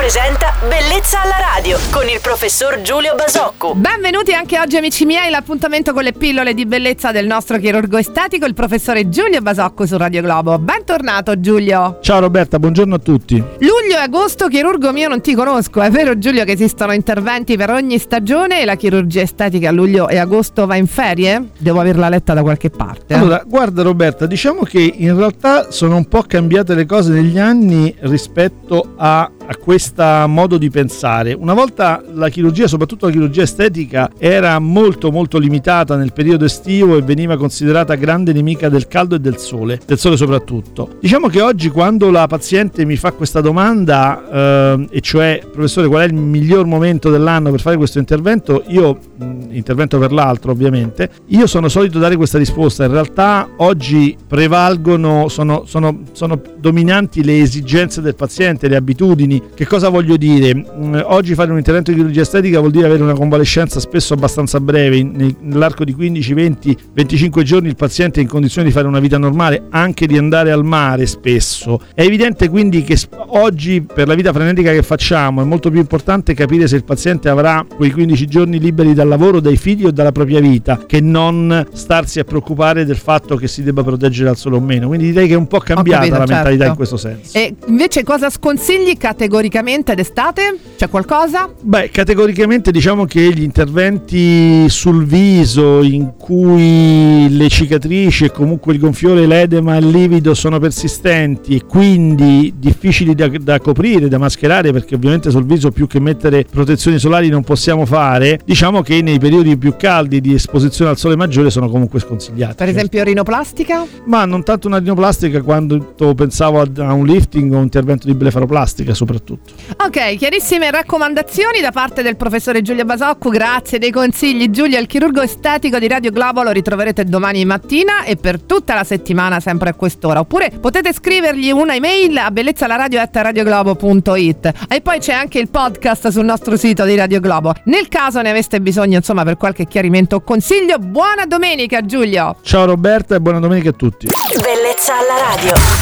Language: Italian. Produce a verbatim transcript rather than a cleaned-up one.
presenta Bellezza alla radio con il professor Giulio Basocco. Benvenuti anche oggi, amici miei, l'appuntamento con le pillole di bellezza del nostro chirurgo estetico, il professore Giulio Basocco su Radio Globo. Bentornato Giulio. Ciao Roberta, buongiorno a tutti. Luglio e agosto, chirurgo mio, non ti conosco, è vero Giulio che esistono interventi per ogni stagione e la chirurgia estetica a luglio e agosto va in ferie? Devo averla letta da qualche parte. Eh? Allora, guarda Roberta, diciamo che in realtà sono un po' cambiate le cose negli anni rispetto a, a questo modo di pensare. Una volta la chirurgia, soprattutto la chirurgia estetica, era molto molto limitata nel periodo estivo e veniva considerata grande nemica del caldo e del sole, del sole soprattutto. Diciamo che oggi quando la paziente mi fa questa domanda, eh, e cioè professore qual è il miglior momento dell'anno per fare questo intervento, io, mh, intervento per l'altro ovviamente, io sono solito dare questa risposta. In realtà oggi prevalgono, sono, sono, sono dominanti le esigenze del paziente, le abitudini. Che cosa voglio dire? Mm, oggi fare un intervento di chirurgia estetica vuol dire avere una convalescenza spesso abbastanza breve. In, nell'arco di quindici, venti, venticinque giorni il paziente è in condizione di fare una vita normale, anche di andare al mare spesso. È evidente quindi che oggi per la vita frenetica che facciamo è molto più importante capire se il paziente avrà quei quindici giorni liberi dal lavoro, dai figli o dalla propria vita, che non starsi a preoccupare del fatto che si debba proteggere dal sole o meno. Quindi direi che è un po' cambiata capito, la certo. mentalità in questo senso. E invece cosa sconsigli categoricamente d'estate? C'è qualcosa? Beh, categoricamente diciamo che gli interventi sul viso in cui le cicatrici e comunque il gonfiore, l'edema e il livido sono persistenti e quindi difficili da, da coprire, da mascherare, perché ovviamente sul viso più che mettere protezioni solari non possiamo fare, diciamo che nei periodi più caldi di esposizione al sole maggiore sono comunque sconsigliati. Per esempio rinoplastica? Ma non tanto una rinoplastica quanto pensavo a un lifting o un intervento di blefaroplastica soprattutto. Ok, chiarissime raccomandazioni da parte del professore Giulio Basocco, grazie dei consigli Giulio, il chirurgo estetico di Radio Globo. Lo ritroverete domani mattina e per tutta la settimana sempre a quest'ora, oppure potete scrivergli una email a bellezzalaradio chiocciola radioglobo punto it e poi c'è anche il podcast sul nostro sito di Radio Globo nel caso ne aveste bisogno, insomma, per qualche chiarimento o consiglio. Buona domenica Giulio. Ciao Roberta e buona domenica a tutti. Bellezza alla radio.